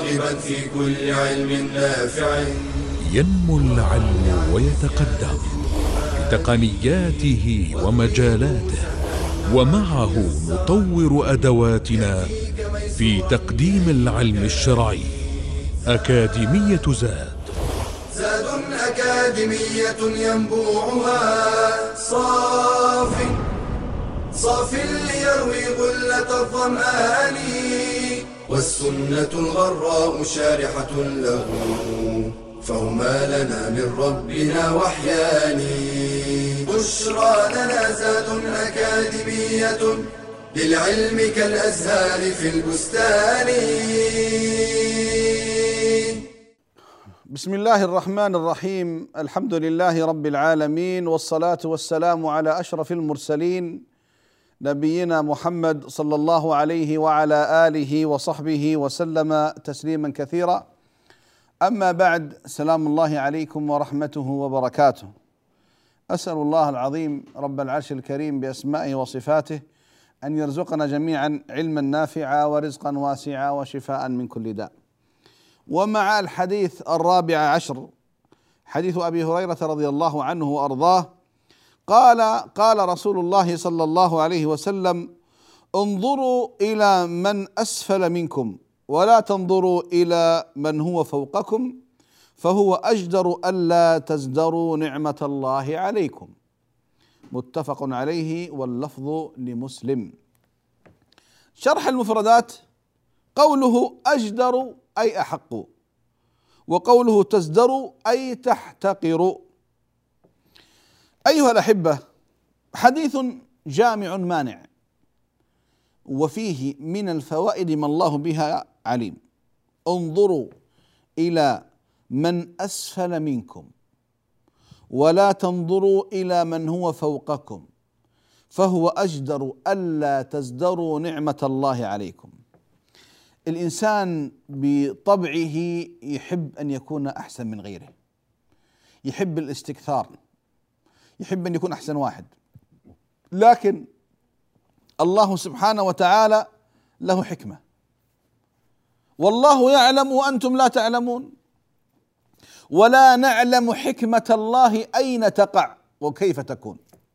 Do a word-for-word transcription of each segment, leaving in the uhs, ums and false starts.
راغبا في كل علم نافع. ينمو العلم ويتقدم بتقنياته ومجالاته، ومعه نطور أدواتنا في تقديم العلم الشرعي. أكاديمية زاد، زاد أكاديمية ينبوعها صاف صاف ليروي غلة الظمآن، والسنة الغراء شارحة له، فهما لنا من ربنا وحيان. بشرى لنا زاد أكاديمية، للعلم كالأزهار في البستان. بسم الله الرحمن الرحيم. الحمد لله رب العالمين، والصلاة والسلام على أشرف المرسلين نبينا محمد صلى الله عليه وعلى آله وصحبه وسلم تسليما كثيرا. أما بعد، سلام الله عليكم ورحمته وبركاته. أسأل الله العظيم رب العرش الكريم بأسمائه وصفاته أن يرزقنا جميعا علما نافعا ورزقا واسعا وشفاء من كل داء. ومع الحديث الرابع عشر، حديث أبي هريرة رضي الله عنه وأرضاه، قال قال رسول الله صلى الله عليه وسلم: انظروا إلى من أسفل منكم ولا تنظروا إلى من هو فوقكم، فهو أجدر ألا تزدروا نعمة الله عليكم. متفق عليه، واللفظ لمسلم. شرح المفردات: قوله أجدر أي أحق، وقوله تزدر أي تحتقر. أيها الأحبة، حديث جامع مانع، وفيه من الفوائد ما الله بها عليم. انظروا إلى من أسفل منكم ولا تنظروا إلى من هو فوقكم، فهو أجدر ألا تزدروا نعمة الله عليكم. الإنسان بطبعه يحب أن يكون أحسن من غيره، يحب الاستكثار، يحب أن يكون أحسن واحد، لكن الله سبحانه وتعالى له حكمة، والله يعلم وأنتم لا تعلمون، ولا نعلم حكمة الله أين تقع وكيف تكون.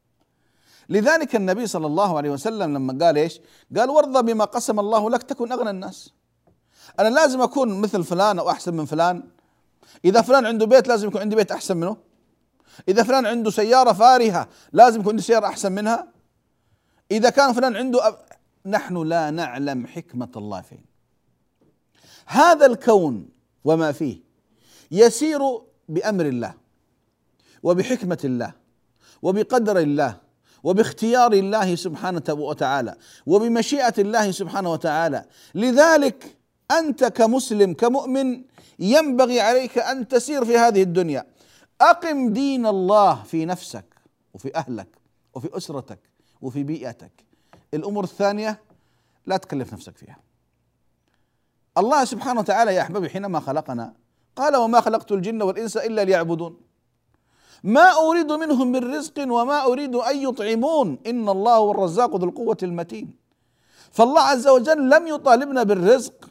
لذلك النبي صلى الله عليه وسلم لما قال إيش؟ قال: وارضى بما قسم الله لك تكن أغنى الناس. أنا لازم أكون مثل فلان أو أحسن من فلان؟ إذا فلان عنده بيت لازم يكون عندي بيت أحسن منه؟ إذا فلان عنده سيارة فارهة لازم يكون عندي سيارة أحسن منها؟ إذا كان فلان عنده أب... نحن لا نعلم حكمة الله فين. هذا الكون وما فيه يسير بأمر الله وبحكمة الله وبقدر الله وباختيار الله سبحانه وتعالى وبمشيئة الله سبحانه وتعالى. لذلك أنت كمسلم كمؤمن ينبغي عليك أن تسير في هذه الدنيا. أقم دين الله في نفسك وفي أهلك وفي أسرتك وفي بيئتك. الأمور الثانية لا تكلف نفسك فيها. الله سبحانه وتعالى يا أحبابي حينما خلقنا قال: وما خلقت الجن والإنس إلا ليعبدون، ما أريد منهم من رزق وما أريد أن يطعمون، إن الله هو الرزاق ذو القوة المتين. فالله عز وجل لم يطالبنا بالرزق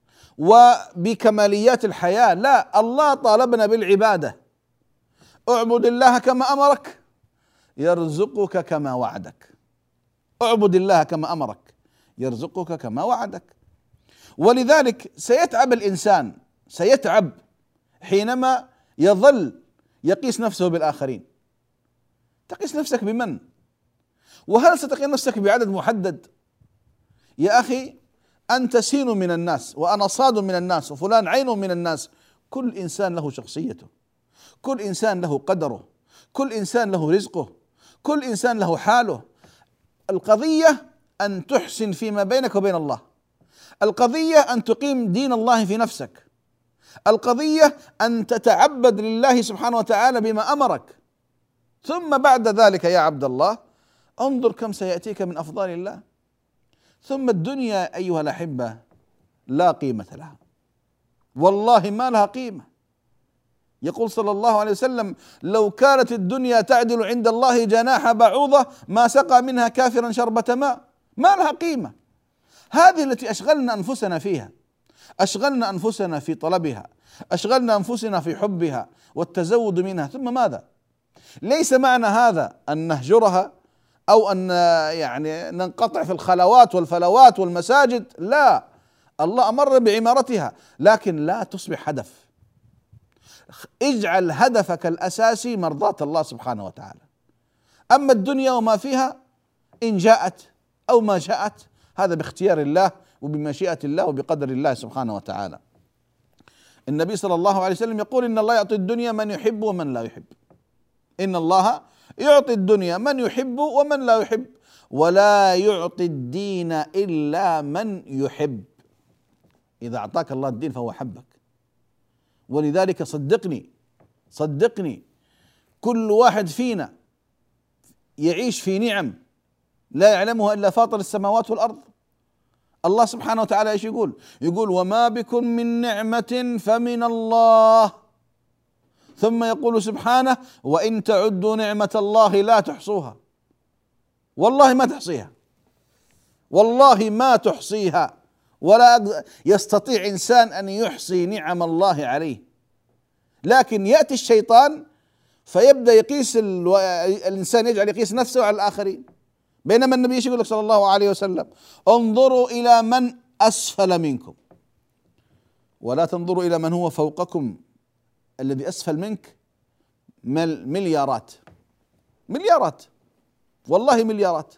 وبكماليات الحياة، لا، الله طالبنا بالعبادة. اعبد الله كما أمرك يرزقك كما وعدك. اعبد الله كما أمرك يرزقك كما وعدك. ولذلك سيتعب الإنسان، سيتعب حينما يظل يقيس نفسه بالآخرين. تقيس نفسك بمن؟ وهل ستقيس نفسك بعدد محدد؟ يا أخي، أنت سين من الناس وأنا صاد من الناس وفلان عين من الناس. كل إنسان له شخصيته، كل إنسان له قدره، كل إنسان له رزقه، كل إنسان له حاله. القضية أن تحسن فيما بينك وبين الله، القضية أن تقيم دين الله في نفسك، القضية أن تتعبد لله سبحانه وتعالى بما أمرك. ثم بعد ذلك يا عبد الله انظر كم سيأتيك من أفضال الله. ثم الدنيا أيها الأحبة لا قيمة لها، والله ما لها قيمة. يقول صلى الله عليه وسلم: لو كانت الدنيا تعدل عند الله جناح بعوضة ما سقى منها كافرا شربة ماء. ما لها قيمة. هذه التي أشغلنا أنفسنا فيها، أشغلنا أنفسنا في طلبها، أشغلنا أنفسنا في حبها والتزود منها، ثم ماذا؟ ليس معنى هذا أن نهجرها أو أن يعني ننقطع في الخلوات والفلوات والمساجد، لا، الله أمر بعمارتها، لكن لا تصبح هدف. اجعل هدفك الأساسي مرضاة الله سبحانه وتعالى. أما الدنيا وما فيها إن جاءت أو ما جاءت هذا باختيار الله وبمشيئة الله وبقدر الله سبحانه وتعالى. النبي صلى الله عليه وسلم يقول: إن الله يعطي الدنيا من يحب ومن لا يحب. إن الله يعطي الدنيا من يحب ومن لا يحب، ولا يعطي الدين إلا من يحب. إذا أعطاك الله الدين فهو حبك. ولذلك صدقني صدقني كل واحد فينا يعيش في نعم لا يعلمها إلا فاطر السماوات والأرض. الله سبحانه وتعالى ايش يقول؟ يقول: وما بكم من نعمة فمن الله. ثم يقول سبحانه: وإن تعدوا نعمة الله لا تحصوها. والله ما تحصيها، والله ما تحصيها، ولا يستطيع إنسان أن يحصي نعم الله عليه. لكن يأتي الشيطان فيبدأ يقيس الإنسان، يجعل يقيس نفسه على الآخرين، بينما النبي يقول لك صلى الله عليه وسلم: انظروا إلى من أسفل منكم ولا تنظروا إلى من هو فوقكم. الذي أسفل منك مليارات مليارات والله مليارات.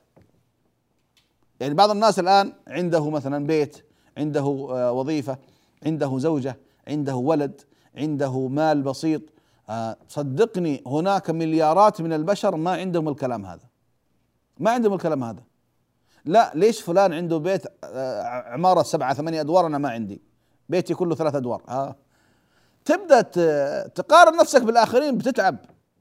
يعني بعض الناس الآن عنده مثلا بيت، عنده وظيفة، عنده زوجة، عنده ولد، عنده مال بسيط. صدقني هناك مليارات من البشر ما عندهم الكلام هذا، ما عندهم الكلام هذا. لا، ليش فلان عنده بيت عمارة سبعة ثمانية أدوار أنا ما عندي، بيتي كله ثلاث أدوار. آه. تبدأ تقارن نفسك بالآخرين، بتتعب.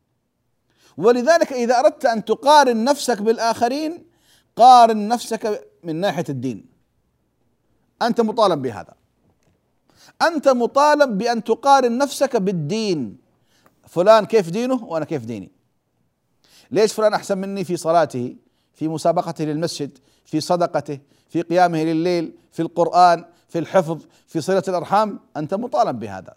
ولذلك إذا أردت أن تقارن نفسك بالآخرين قارن نفسك من ناحية الدين. أنت مطالب بهذا، أنت مطالب بأن تقارن نفسك بالدين. فلان كيف دينه وأنا كيف ديني؟ ليش فلان أحسن مني في صلاته، في مسابقته للمسجد، في صدقته، في قيامه لليل، في القرآن، في الحفظ، في صلة الأرحام؟ أنت مطالب بهذا.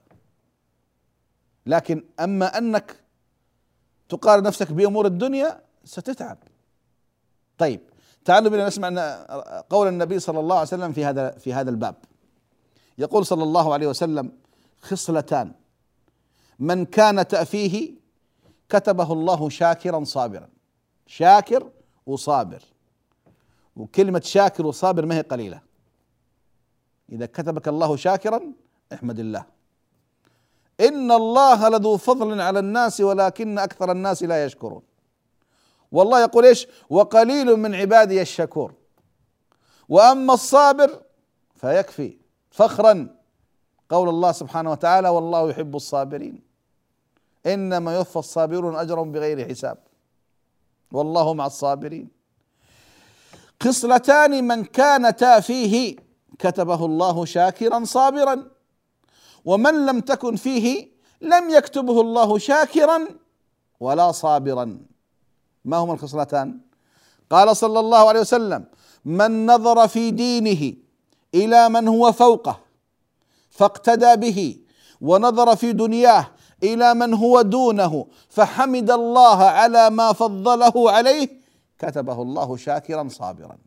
لكن أما أنك تقارن نفسك بأمور الدنيا ستتعب. طيب تعالوا بنا نسمع قول النبي صلى الله عليه وسلم في هذا في هذا الباب. يقول صلى الله عليه وسلم: خصلتان من كانتا فيه كتبه الله شاكرا صابرا. شاكر وصابر، وكلمة شاكر وصابر ما هي قليلة. إذا كتبك الله شاكرا احمد الله. إن الله لذو فضل على الناس ولكن أكثر الناس لا يشكرون. والله يقول إيش؟ وقليل من عبادي الشكور. وأما الصابر فيكفي فخرا قول الله سبحانه وتعالى: والله يحب الصابرين إنما يوفى الصابرون أجرهم بغير حساب والله مع الصابرين. خصلتان من كانتا فيه كتبه الله شاكرا صابرا، ومن لم تكن فيه لم يكتبه الله شاكرا ولا صابرا. ما هما الخصلتان؟ قال صلى الله عليه وسلم: من نظر في دينه إلى من هو فوقه فاقتدى به، ونظر في دنياه إلى من هو دونه فحمد الله على ما فضله عليه، كتبه الله شاكرا صابرا.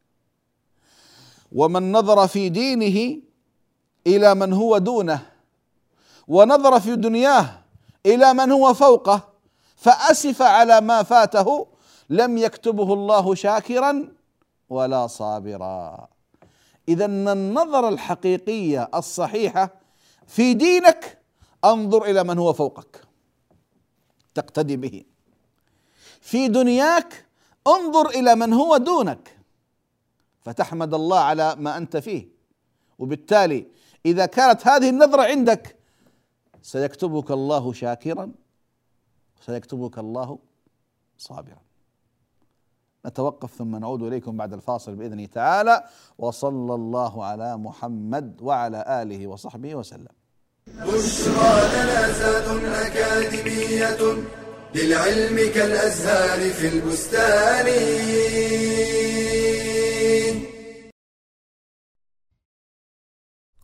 ومن نظر في دينه إلى من هو دونه ونظر في دنياه إلى من هو فوقه فأسف على ما فاته، لم يكتبه الله شاكرا ولا صابرا. إذا النظرة الحقيقية الصحيحة في دينك انظر إلى من هو فوقك تقتدي به، في دنياك انظر إلى من هو دونك فتحمد الله على ما أنت فيه. وبالتالي إذا كانت هذه النظرة عندك سيكتبك الله شاكرا، سيكتبك الله صابرا. نتوقف ثم نعود إليكم بعد الفاصل بإذن الله تعالى. وصلى الله على محمد وعلى آله وصحبه وسلم. بشرى لنا زاد أكاديمية للعلم كالأزهار في البستان.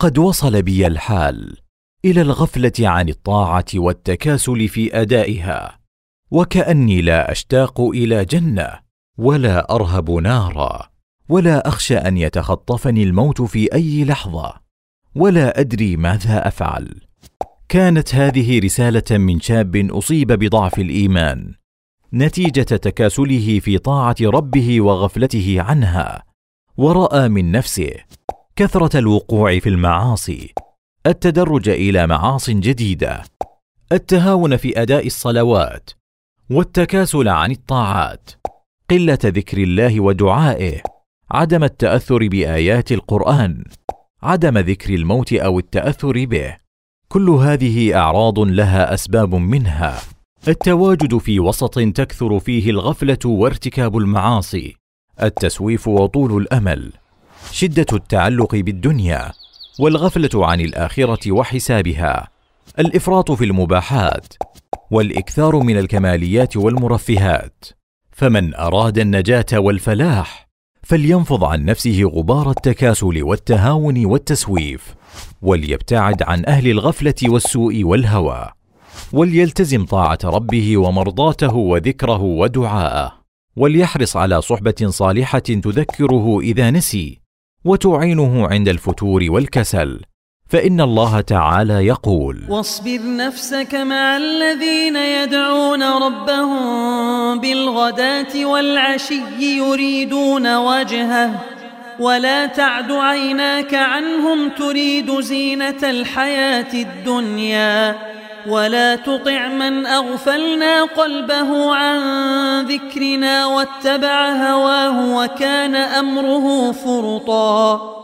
قد وصل بي الحال إلى الغفلة عن الطاعة والتكاسل في أدائها، وكأني لا أشتاق إلى جنة ولا أرهب نارا، ولا أخشى أن يتخطفني الموت في أي لحظة، ولا أدري ماذا أفعل. كانت هذه رسالة من شاب أصيب بضعف الإيمان نتيجة تكاسله في طاعة ربه وغفلته عنها، ورأى من نفسه كثرة الوقوع في المعاصي، التدرج إلى معاصٍ جديدة، التهاون في أداء الصلوات، والتكاسل عن الطاعات، قلة ذكر الله ودعائه، عدم التأثر بآيات القرآن، عدم ذكر الموت أو التأثر به. كل هذه أعراض لها أسباب، منها التواجد في وسط تكثر فيه الغفلة وارتكاب المعاصي، التسويف وطول الأمل، شدة التعلق بالدنيا، والغفلة عن الآخرة وحسابها، الإفراط في المباحات، والإكثار من الكماليات والمرفهات. فمن أراد النجاة والفلاح فلينفض عن نفسه غبار التكاسل والتهاون والتسويف، وليبتعد عن أهل الغفلة والسوء والهوى، وليلتزم طاعة ربه ومرضاته وذكره ودعاءه، وليحرص على صحبة صالحة تذكره إذا نسي وتعينه عند الفتور والكسل، فإن الله تعالى يقول: واصبر نفسك مع الذين يدعون ربهم بالغداة والعشي يريدون وجهه ولا تعد عيناك عنهم تريد زينة الحياة الدنيا ولا تطع من أغفلنا قلبه عن ذكرنا واتبع هواه وكان أمره فرطا.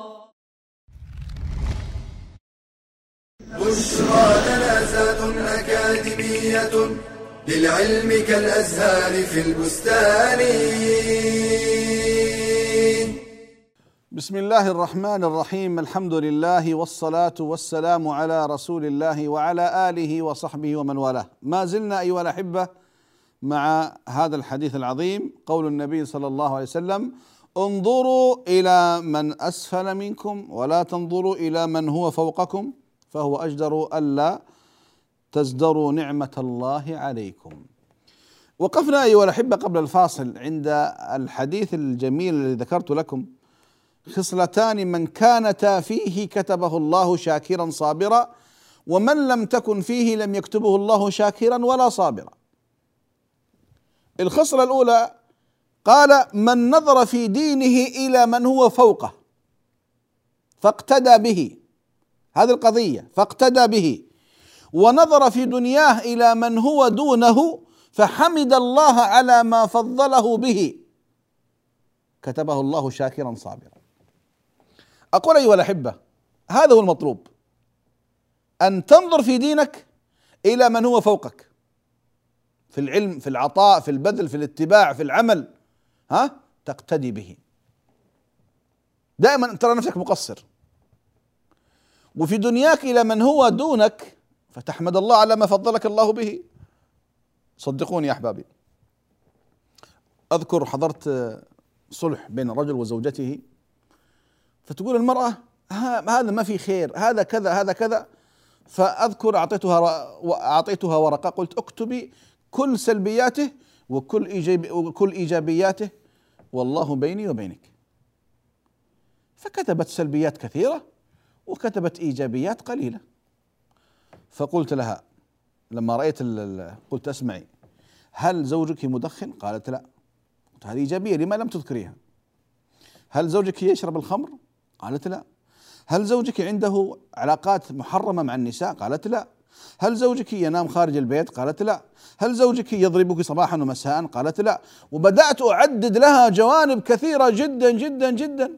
بشرى لنا زاد أكاديمية للعلم كالأزهار في البستان. بسم الله الرحمن الرحيم، الحمد لله والصلاة والسلام على رسول الله وعلى آله وصحبه ومن والاه. ما زلنا أيها الأحبة مع هذا الحديث العظيم، قول النبي صلى الله عليه وسلم: انظروا إلى من أسفل منكم ولا تنظروا إلى من هو فوقكم فهو أجدر ألا تزدروا نعمة الله عليكم. وقفنا أيها الأحبة قبل الفاصل عند الحديث الجميل الذي ذكرت لكم: خصلتان من كانتا فيه كتبه الله شاكرا صابرا، ومن لم تكن فيه لم يكتبه الله شاكرا ولا صابرا. الخصلة الأولى قال: من نظر في دينه إلى من هو فوقه فاقتدى به، هذه القضية، فاقتدى به، ونظر في دنياه إلى من هو دونه فحمد الله على ما فضله به، كتبه الله شاكرا صابرا. أقول أيها الأحبة، هذا هو المطلوب، أن تنظر في دينك إلى من هو فوقك في العلم، في العطاء، في البذل، في الاتباع، في العمل، ها تقتدي به. دائما ترى نفسك مقصر، وفي دنياك إلى من هو دونك فتحمد الله على ما فضلك الله به. صدقوني يا أحبابي، أذكر حضرت صلح بين الرجل وزوجته، فتقول المرأة: هذا ما في خير، هذا كذا، هذا كذا. فأذكر أعطيتها أعطيتها ورقة، قلت: اكتبي كل سلبياته وكل إيجابي وكل إيجابياته والله بيني وبينك. فكتبت سلبيات كثيرة وكتبت إيجابيات قليلة. فقلت لها لما رأيت قلت: اسمعي، هل زوجك مدخن؟ قالت: لا. قلت: هذه إيجابية، لما لم تذكريها؟ هل زوجك يشرب الخمر؟ قالت: لا. هل زوجك عنده علاقات محرمة مع النساء؟ قالت: لا. هل زوجك ينام خارج البيت؟ قالت: لا. هل زوجك يضربك صباحا ومساء؟ قالت: لا. وبدأت أعدد لها جوانب كثيرة جدا جدا جدا.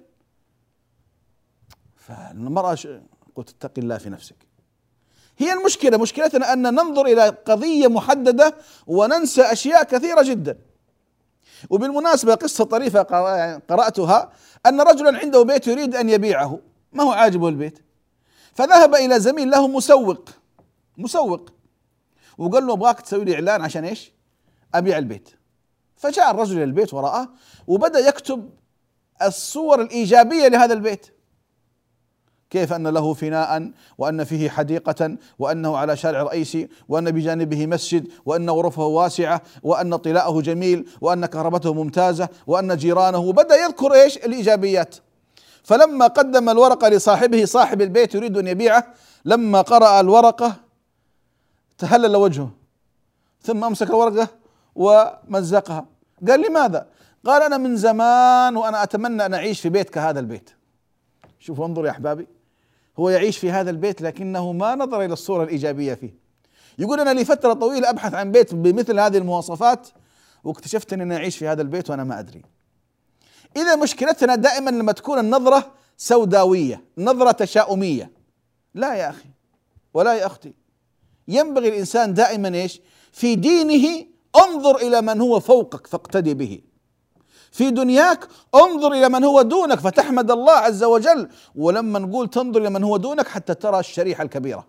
فالمرأة قلت: اتق الله في نفسك. هي المشكلة، مشكلتنا أن ننظر إلى قضية محددة وننسى أشياء كثيرة جدا. وبالمناسبة قصة طريفة قرأتها، أن رجلا عنده بيت يريد أن يبيعه، ما هو عاجبه البيت، فذهب إلى زميل له مسوق مسوق وقال له: أبغاك تسوي لي إعلان عشان إيش؟ أبيع البيت. فجاء الرجل إلى البيت ورآه وبدأ يكتب الصور الإيجابية لهذا البيت، كيف أن له فناء وأن فيه حديقة وأنه على شارع رئيسي وأن بجانبه مسجد وأن غرفه واسعة وأن طلاءه جميل وأن كهربته ممتازة وأن جيرانه، بدأ يذكر إيش الإيجابيات. فلما قدم الورقة لصاحبه، صاحب البيت يريد أن يبيعه، لما قرأ الورقة تهلل وجهه، ثم أمسك الورقة ومزقها. قال: لماذا؟ قال: أنا من زمان وأنا أتمنى أن أعيش في بيت كهذا البيت. شوفوا، انظروا يا أحبابي، هو يعيش في هذا البيت لكنه ما نظر إلى الصورة الإيجابية فيه. يقول: أنا لفترة طويلة أبحث عن بيت بمثل هذه المواصفات واكتشفت أني أعيش في هذا البيت وأنا ما أدري. إذا مشكلتنا دائما لما تكون النظرة سوداوية، نظرة تشاؤمية. لا يا أخي ولا يا أختي، ينبغي الإنسان دائما إيش؟ في دينه انظر إلى من هو فوقك فاقتدي به، في دنياك انظر إلى من هو دونك فتحمد الله عز وجل. ولما نقول تنظر إلى من هو دونك حتى ترى الشريحة الكبيرة.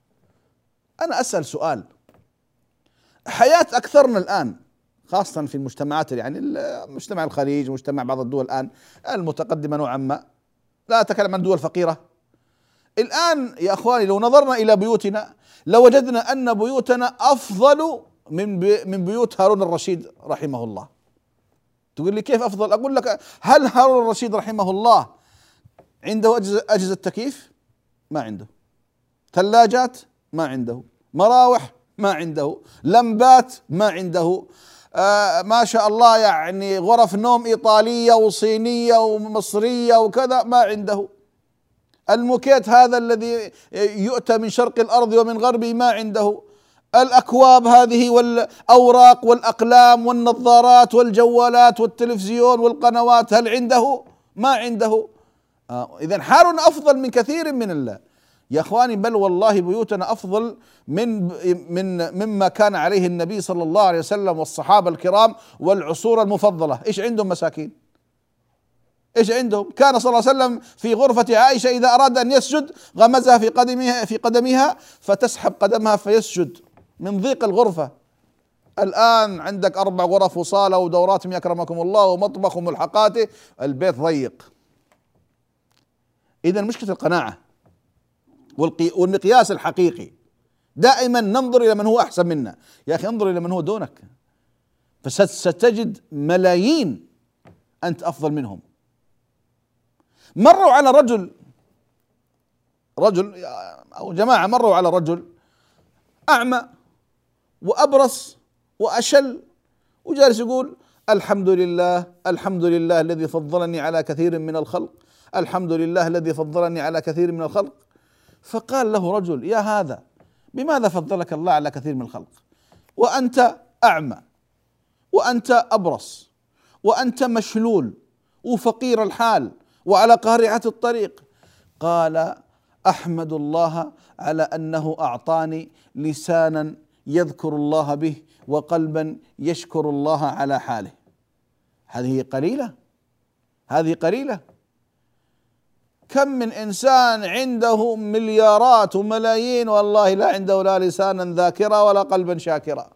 أنا أسأل سؤال، حياة أكثرنا الآن خاصة في المجتمعات، يعني مجتمع الخليج ومجتمع بعض الدول الآن المتقدمة نوعا ما، لا أتكلم عن دول فقيرة. الآن يا أخواني لو نظرنا إلى بيوتنا لوجدنا أن بيوتنا أفضل من بي من بيوت هارون الرشيد رحمه الله. تقول لي كيف أفضل؟ أقول لك: هل هارون الرشيد رحمه الله عنده أجهزة, أجهزة تكييف؟ ما عنده. ثلاجات؟ ما عنده. مراوح؟ ما عنده. لمبات؟ ما عنده. آه ما شاء الله، يعني غرف نوم إيطالية وصينية ومصرية وكذا ما عنده. الموكيت هذا الذي يؤتى من شرق الأرض ومن غربه ما عنده. الأكواب هذه والأوراق والأقلام والنظارات والجوالات والتلفزيون والقنوات هل عنده؟ ما عنده. آه إذن حالنا أفضل من كثير من الله يا أخواني، بل والله بيوتنا أفضل من من مما كان عليه النبي صلى الله عليه وسلم والصحابة الكرام والعصور المفضلة. إيش عندهم مساكين؟ إيش عندهم؟ كان صلى الله عليه وسلم في غرفة عائشة إذا أراد أن يسجد غمزها في قدمها في قدمها فتسحب قدمها فيسجد من ضيق الغرفة. الآن عندك أربع غرف وصالة ودورات أكرمكم الله ومطبخ وملحقاته، البيت ضيق. إذا مشكلة القناعة والمقياس الحقيقي، دائما ننظر إلى من هو أحسن منا. يا أخي انظر إلى من هو دونك فستجد ملايين أنت أفضل منهم. مروا على رجل رجل أو جماعة مروا على رجل أعمى وأبرص وأشل وجالس يقول: الحمد لله الحمد لله الذي فضلني على كثير من الخلق، الحمد لله الذي فضلني على كثير من الخلق. فقال له رجل: يا هذا، بماذا فضلك الله على كثير من الخلق وأنت أعمى وأنت أبرص وأنت مشلول وفقير الحال وعلى قارعة الطريق؟ قال: أحمد الله على أنه أعطاني لسانا يذكر الله به وقلبا يشكر الله على حاله. هذه قليلة؟ هذه قليلة؟ كم من إنسان عنده مليارات وملايين والله لا عنده لا لسانا ذاكرا ولا قلبا شاكرا.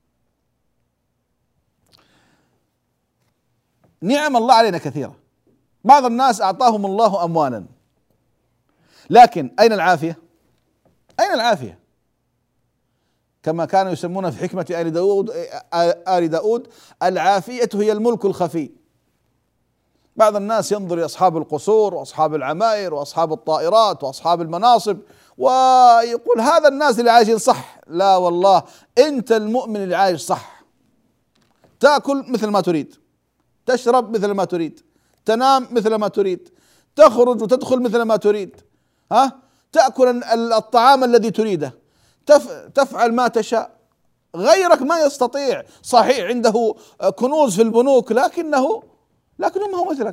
نعم الله علينا كثيرة. بعض الناس أعطاهم الله أموالا، لكن أين العافية؟ أين العافية؟ كما كانوا يسمون في حكمة آل داود آل داود العافية هي الملك الخفي. بعض الناس ينظر لأصحاب القصور وأصحاب العماير وأصحاب الطائرات وأصحاب المناصب ويقول: هذا الناس اللي عايشين صح. لا والله، أنت المؤمن اللي عايش صح. تأكل مثل ما تريد، تشرب مثل ما تريد، تنام مثل ما تريد، تخرج وتدخل مثل ما تريد، ها تأكل الطعام الذي تريده، تفعل ما تشاء. غيرك ما يستطيع، صحيح عنده كنوز في البنوك لكنه لكنه ما هو مثلك.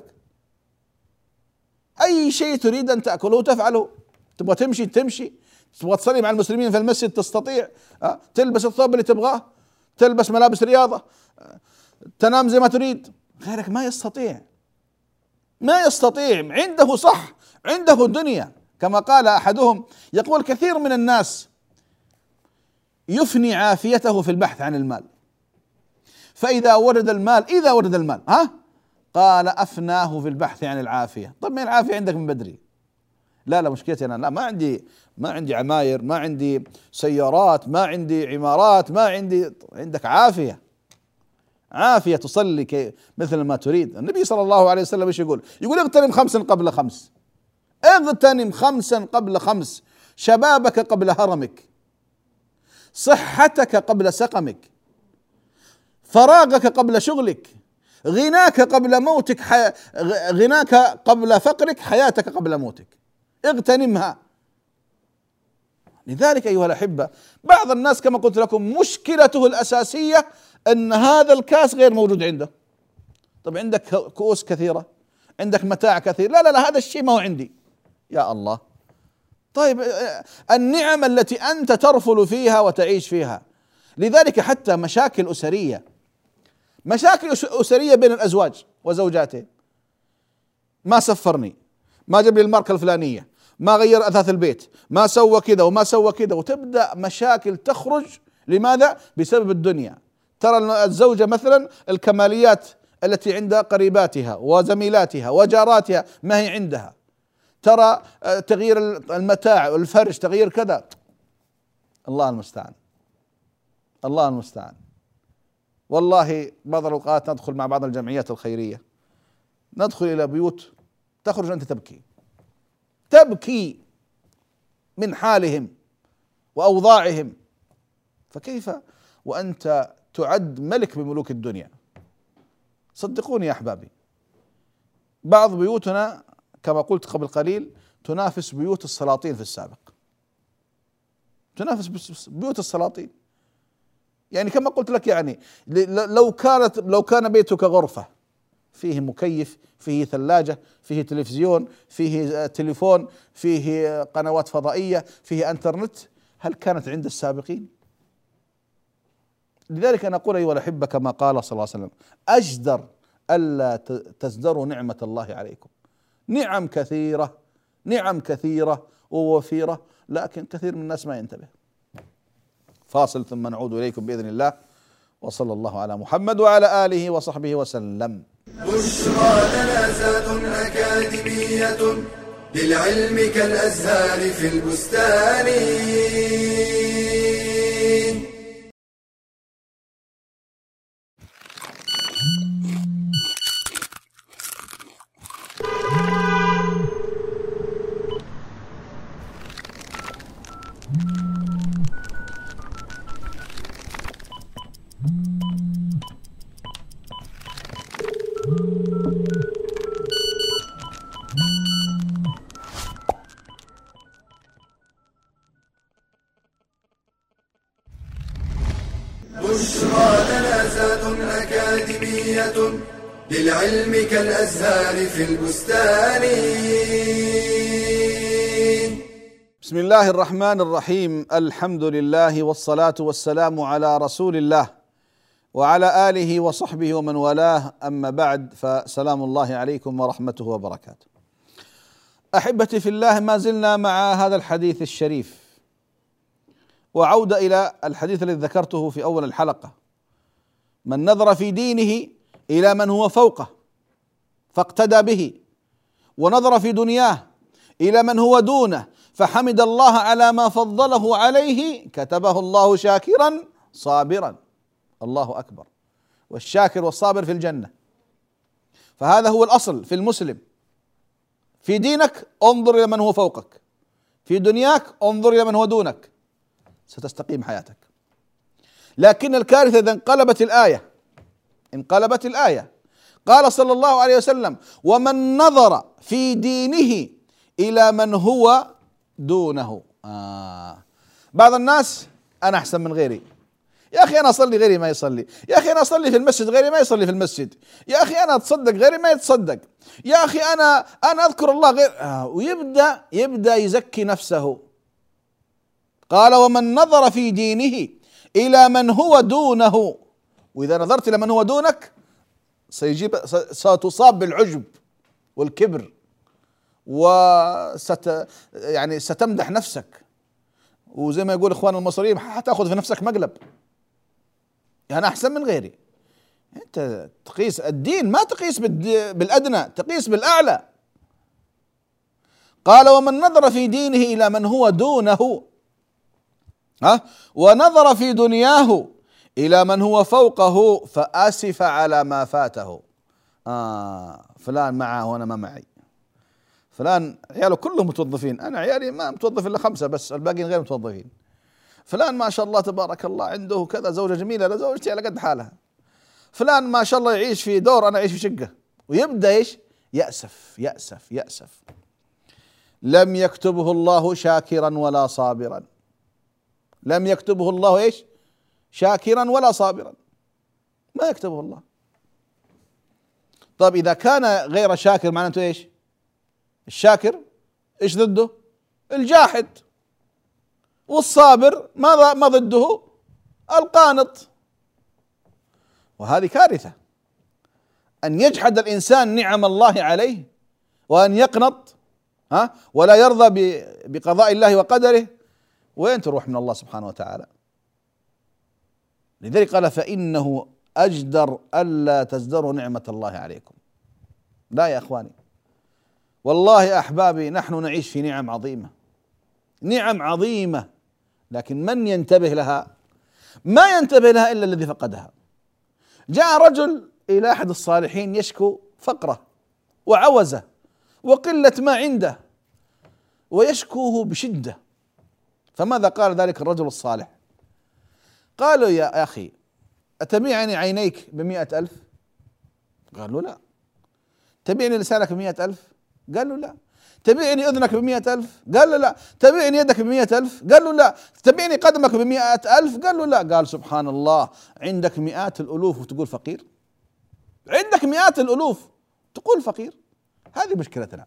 أي شيء تريد أن تأكله تفعله. تبغى تمشي تمشي، تبغى تصلي مع المسلمين في المسجد تستطيع، أه؟ تلبس الثوب اللي تبغاه، تلبس ملابس رياضة، أه؟ تنام زي ما تريد. غيرك ما يستطيع، ما يستطيع. عنده صح، عنده الدنيا. كما قال أحدهم، يقول: كثير من الناس يفني عافيته في البحث عن المال، فإذا وجد المال إذا وجد المال ها قال أفناه في البحث عن العافية. طب ما العافية عندك من بدري، لا لا مشكلتي أنا لا ما عندي ما عندي عماير، ما عندي سيارات، ما عندي عمارات، ما عندي. عندك عافية، عافية تصلي كي مثل ما تريد. النبي صلى الله عليه وسلم ايش يقول؟ يقول اغتنم خمسا قبل خمس، اغتنم خمسا قبل خمس، شبابك قبل هرمك، صحتك قبل سقمك، فراغك قبل شغلك، غناك قبل موتك، حي... غناك قبل فقرك، حياتك قبل موتك، اغتنمها. لذلك أيها الأحبة بعض الناس كما قلت لكم مشكلته الأساسية أن هذا الكاس غير موجود عنده. طب عندك كؤوس كثيرة، عندك متاع كثير، لا لا لا هذا الشيء ما هو عندي. يا الله، طيب النعم التي أنت ترفل فيها وتعيش فيها. لذلك حتى مشاكل أسرية، مشاكل أسرية بين الأزواج وزوجاتهم، ما سفرني، ما جاب لي الماركة الفلانية، ما غير أثاث البيت، ما سوى كذا وما سوى كذا، وتبدأ مشاكل تخرج. لماذا؟ بسبب الدنيا. ترى الزوجة مثلا الكماليات التي عند قريباتها وزميلاتها وجاراتها ما هي عندها، ترى تغيير المتاع والفرش، تغيير كذا. الله المستعان، الله المستعان. والله بعض الأوقات ندخل مع بعض الجمعيات الخيرية، ندخل إلى بيوت تخرج أنت تبكي، تبكي من حالهم وأوضاعهم، فكيف وأنت تعد ملك بملوك الدنيا؟ صدقوني يا أحبابي، بعض بيوتنا كما قلت قبل قليل تنافس بيوت السلاطين في السابق، تنافس بيوت السلاطين. يعني كما قلت لك، يعني لو كانت لو كان بيتك غرفة فيه مكيف، فيه ثلاجة، فيه تلفزيون، فيه تليفون، فيه قنوات فضائية، فيه انترنت، هل كانت عند السابقين؟ لذلك أنا أقول أيها الأحبة كما قال صلى الله عليه وسلم: أجدر ألا تزدروا نعمة الله عليكم. نعم كثيرة، نعم كثيرة ووفيرة، لكن كثير من الناس ما ينتبه. فاصل ثم نعود إليكم بإذن الله، وصلى الله على محمد وعلى آله وصحبه وسلم. بشرى لنا زاد أكاديمية للعلم كالأزهار في البستان. بشرى لنا زاد أكاديمية للعلم كالأزهار في البستان. بسم الله الرحمن الرحيم، الحمد لله والصلاة والسلام على رسول الله وعلى آله وصحبه ومن والاه، أما بعد، فسلام الله عليكم ورحمته وبركاته. أحبتي في الله، ما زلنا مع هذا الحديث الشريف، وعودة إلى الحديث الذي ذكرته في أول الحلقة: من نظر في دينه إلى من هو فوقه فاقتدى به، ونظر في دنياه إلى من هو دونه فحمد الله على ما فضله عليه، كتبه الله شاكرا صابرا. الله أكبر. والشاكر والصابر في الجنة. فهذا هو الأصل في المسلم. في دينك انظر إلى من هو فوقك، في دنياك انظر إلى من هو دونك، ستستقيم حياتك. لكن الكارثة إذا انقلبت الآية، انقلبت الآية. قال صلى الله عليه وسلم: ومن نظر في دينه إلى من هو دونه. آه. بعض الناس: أنا أحسن من غيري، يا أخي أنا أصلي غيري ما يصلي، يا أخي أنا أصلي في المسجد غيري ما يصلي في المسجد، يا أخي أنا أتصدق غيري ما يتصدق، يا أخي أنا أنا أذكر الله غير آه. ويبدأ يبدأ يزكي نفسه. قال: ومن نظر في دينه إلى من هو دونه. وإذا نظرت إلى من هو دونك سيجيب ستصاب بالعجب والكبر، وست يعني ستمدح نفسك، وزي ما يقول إخوان المصريين حتاخذ في نفسك مقلب. يعني أنا أحسن من غيري. أنت تقيس الدين، ما تقيس بالأدنى، تقيس بالأعلى. قال ومن نظر في دينه إلى من هو دونه ها ونظر في دنياه إلى من هو فوقه فأسف على ما فاته. آه فلان معه وأنا ما معي، فلان عياله كلهم متوظفين، أنا عيالي ما متوظف إلا خمسة بس، الباقيين غير متوظفين. فلان ما شاء الله تبارك الله عنده كذا زوجة جميلة، لا زوجتي على قد حالها. فلان ما شاء الله يعيش في دور، أنا أعيش في شقة. ويبدأ إيش؟ يأسف يأسف يأسف. لم يكتبه الله شاكرا ولا صابرا، لم يكتبه الله إيش؟ شاكرا ولا صابرا، ما يكتبه الله. طيب إذا كان غير شاكر معناته إيش؟ الشاكر إيش ضده؟ الجاحد. والصابر ماذا ما ضده؟ القانط. وهذه كارثة، أن يجحد الإنسان نعم الله عليه وأن يقنط ها ولا يرضى بقضاء الله وقدره. وين تروح من الله سبحانه وتعالى؟ لذلك قال فإنه أجدر ألا تزدروا نعمة الله عليكم. لا يا أخواني، والله يا أحبابي نحن نعيش في نعم عظيمة، نعم عظيمة، لكن من ينتبه لها؟ ما ينتبه لها إلا الذي فقدها. جاء رجل إلى أحد الصالحين يشكو فقره وعوزه وقلة ما عنده ويشكوه بشدة، فماذا قال ذلك الرجل الصالح؟ قالوا يا أخي أتبيعني عينيك بمئة ألف؟ قال له لا. تبيعني لسانك بمئة ألف؟ قال له لا. تبيعني أذنك بمئة ألف؟ قال له لا. تبيعني يدك بمئة ألف؟ قال له لا. تبيعني قدمك بمئة ألف؟ قال له لا. قال سبحان الله، عندك مئات الألوف وتقول فقير؟ عندك مئات الألوف تقول فقير؟ هذه مشكلتنا.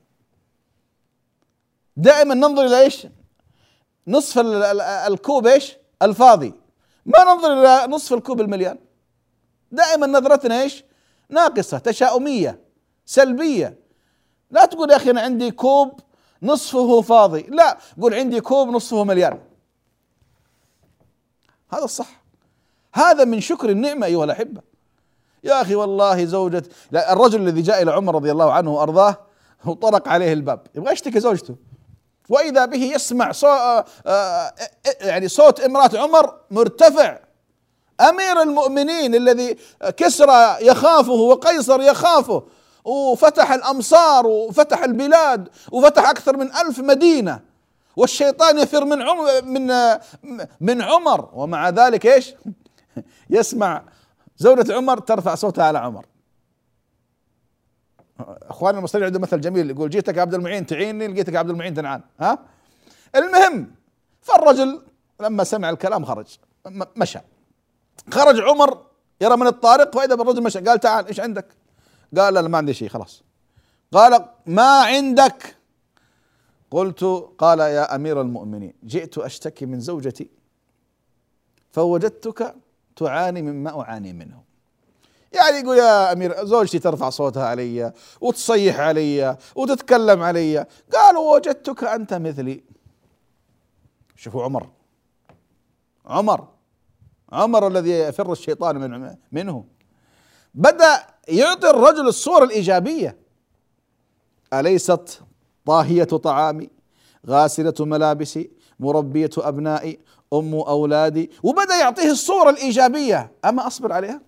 دائما ننظر إلى إيش؟ نصف الكوب إيش؟ الفاضي، ما ننظر إلى نصف الكوب المليان. دائما نظرتنا إيش؟ ناقصة، تشاؤمية، سلبية. لا تقول يا أخي أنا عندي كوب نصفه فاضي، لا، قول عندي كوب نصفه مليان. هذا الصح، هذا من شكر النعمة أيها الأحبة. يا أخي والله زوجة الرجل الذي جاء إلى عمر رضي الله عنه وأرضاه وطرق عليه الباب يبغى يشتكي زوجته، وإذا به يسمع صوت يعني صوت امرأة عمر مرتفع، أمير المؤمنين الذي كسرى يخافه وقيصر يخافه، وفتح الأمصار وفتح البلاد وفتح أكثر من ألف مدينة، والشيطان يفر من عمر من من عمر، ومع ذلك إيش؟ يسمع زوجة عمر ترفع صوتها على عمر. اخواننا المصريين عندهم مثل جميل يقول جيتك يا عبد المعين تعيني، لقيتك يا عبد المعين تنعان. ها المهم، فالرجل لما سمع الكلام خرج مشى. خرج عمر يرى من الطارق فإذا بالرجل مشى. قال تعال ايش عندك؟ قال لا ما عندي شيء خلاص. قال ما عندك؟ قلت قال يا أمير المؤمنين جئت أشتكي من زوجتي فوجدتك تعاني مما أعاني منه. يعني يقول يا أمير زوجتي ترفع صوتها علي وتصيح علي وتتكلم علي. قال وجدتك أنت مثلي. شوفوا عمر، عمر عمر الذي يفر الشيطان من منه، بدأ يعطي الرجل الصورة الإيجابية. أليست طاهية طعامي غاسلة ملابسي مربية أبنائي أم أولادي، وبدأ يعطيه الصورة الإيجابية. أما أصبر عليها؟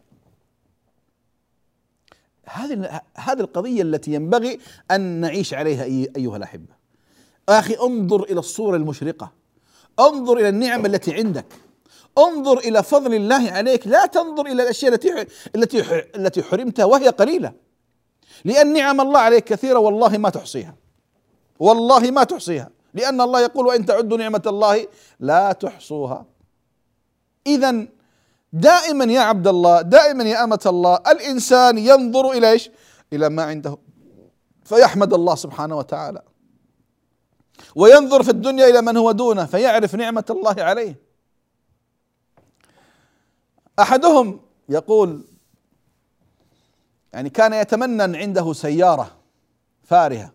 هذه هذه القضية التي ينبغي أن نعيش عليها أيها الأحبة. أخي انظر إلى الصورة المشرقة، انظر إلى النعم التي عندك، انظر إلى فضل الله عليك، لا تنظر إلى الأشياء التي التي التي حرمتها وهي قليلة، لأن نعم الله عليك كثيرة والله ما تحصيها، والله ما تحصيها، لأن الله يقول وإن تعدوا نعمة الله لا تحصوها. إذن دائما يا عبد الله، دائما يا أمة الله، الإنسان ينظر إلى إيش؟ إلى ما عنده فيحمد الله سبحانه وتعالى، وينظر في الدنيا إلى من هو دونه فيعرف نعمة الله عليه. أحدهم يقول يعني كان يتمنى أن عنده سيارة فارهة،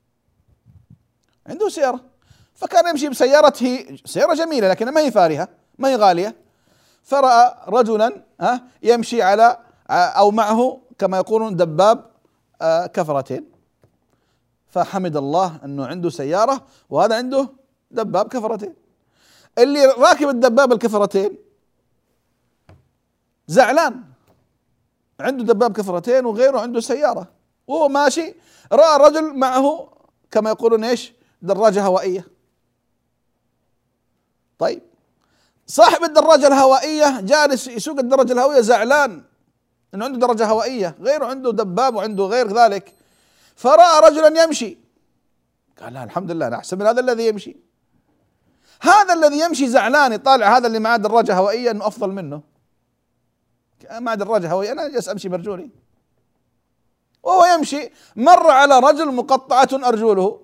عنده سيارة، فكان يمشي بسيارته، سيارة جميلة لكنها ما هي فارهة ما هي غالية، فرأى رجلا ها يمشي على أو معه كما يقولون دباب كفرتين، فحمد الله أنه عنده سيارة وهذا عنده دباب كفرتين. اللي راكب الدباب الكفرتين زعلان، عنده دباب كفرتين وغيره عنده سيارة، وهو ماشي رأى رجل معه كما يقولون ايش دراجة هوائية. طيب صاحب الدراجة الهوائية جالس يسوق الدراجة الهوائية زعلان انه عنده دراجة هوائية، غيره عنده دباب وعنده غير ذلك، فرأى رجلا يمشي قال لا الحمد لله انا احسن من هذا الذي يمشي. هذا الذي يمشي زعلان يطالع هذا اللي معاه دراجة هوائية انه افضل منه، معه دراجة هوائية انا جالس امشي برجولي. وهو يمشي مر على رجل مقطعة ارجوله،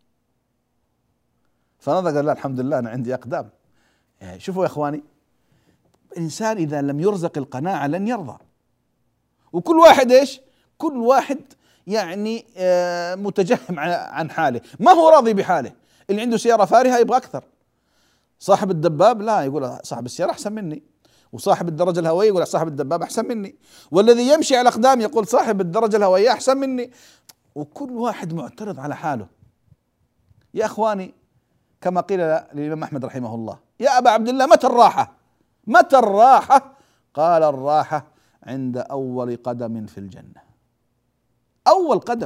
فنظر قال لا الحمد لله انا عندي اقدام. يعني شوفوا يا اخواني، الانسان اذا لم يرزق القناعة لن يرضى. وكل واحد ايش؟ كل واحد يعني آه متجهم عن حاله، ما هو راضي بحاله. اللي عنده سيارة فارهة يبغى اكثر، صاحب الدباب لا يقول صاحب السيارة احسن مني، وصاحب الدرجة الهوائية يقول صاحب الدباب احسن مني، والذي يمشي على الاقدام يقول صاحب الدرجة الهوائية احسن مني، وكل واحد معترض على حاله. يا اخواني كما قيل للإمام أحمد رحمه الله يا أبا عبد الله متى الراحة؟ متى الراحة؟ قال الراحة عند أول قدم في الجنة، أول قدم.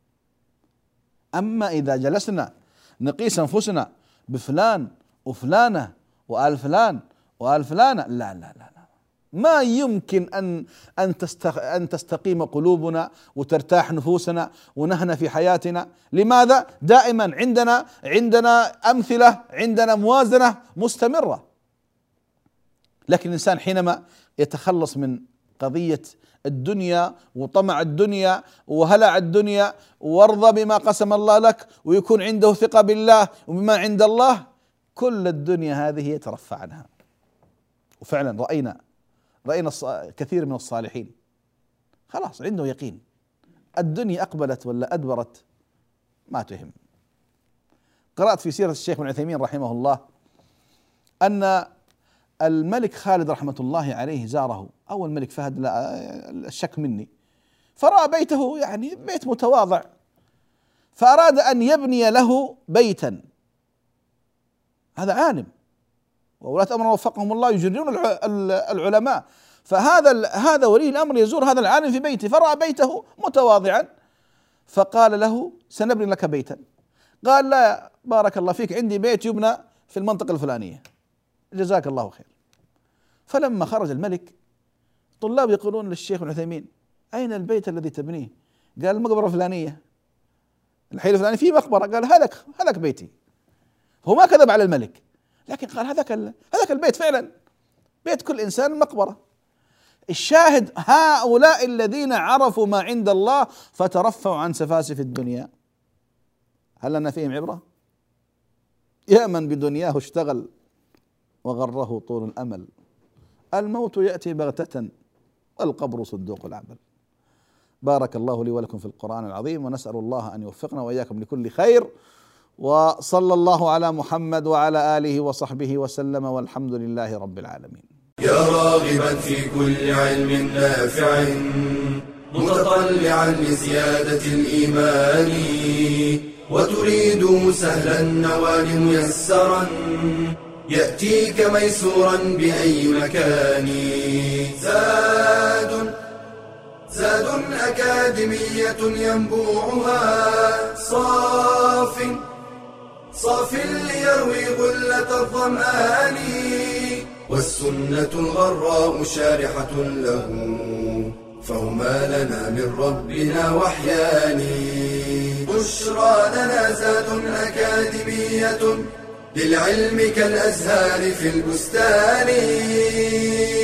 أما إذا جلسنا نقيس أنفسنا بفلان وفلانة وآل فلان وآل فلانة، لا لا لا لا ما يمكن أن أن أن تستقيم قلوبنا وترتاح نفوسنا ونهنا في حياتنا. لماذا؟ دائما عندنا عندنا أمثلة، عندنا موازنة مستمرة. لكن الإنسان حينما يتخلص من قضية الدنيا وطمع الدنيا وهلع الدنيا وارضى بما قسم الله لك ويكون عنده ثقة بالله وبما عند الله، كل الدنيا هذه يترفع عنها. وفعلا رأينا رأينا كثير من الصالحين خلاص عنده يقين، الدنيا أقبلت ولا أدبرت ما تهم. قرأت في سيرة الشيخ ابن عثيمين رحمه الله أن الملك خالد رحمة الله عليه زاره، أول ملك فهد لا الشك مني، فرأى بيته يعني بيت متواضع، فأراد أن يبني له بيتا. هذا عالم وولاة أمر وفقهم الله يجرون العلماء، فهذا هذا ولي الأمر يزور هذا العالم في بيته، فرأى بيته متواضعا فقال له سنبني لك بيتا. قال لا بارك الله فيك، عندي بيت يبنى في المنطقة الفلانية جزاك الله خير. فلما خرج الملك طلاب يقولون للشيخ ابن عثيمين أين البيت الذي تبنيه؟ قال المقبرة الفلانية، الحي الفلاني في مقبرة. قال هذاك هذاك بيتي. هو ما كذب على الملك، لكن قال هذاك هذاك البيت فعلا بيت كل إنسان مقبرة. الشاهد هؤلاء الذين عرفوا ما عند الله فترفعوا عن سفاسف الدنيا، هل لنا فيهم عبرة؟ يا من بدنياه اشتغل وغره طول الأمل، الموت يأتي بغتة والقبر صندوق العمل. بارك الله لي ولكم في القرآن العظيم، ونسأل الله أن يوفقنا وإياكم لكل خير، وصلى الله على محمد وعلى آله وصحبه وسلم، والحمد لله رب العالمين. يا راغبا في كل علم نافع متطلعا لزيادة الإيمان، وتريد سهلا النوال ميسرا يأتيك ميسورا بأي مكان. زاد زاد أكاديمية ينبوعها صاف صاف ليروي غلة الظمآن، والسنة الغراء شارحة له، فهما لنا من ربنا وحيان. بشرى لنا زاد أكاديمية للعلم كالأزهار في البستان.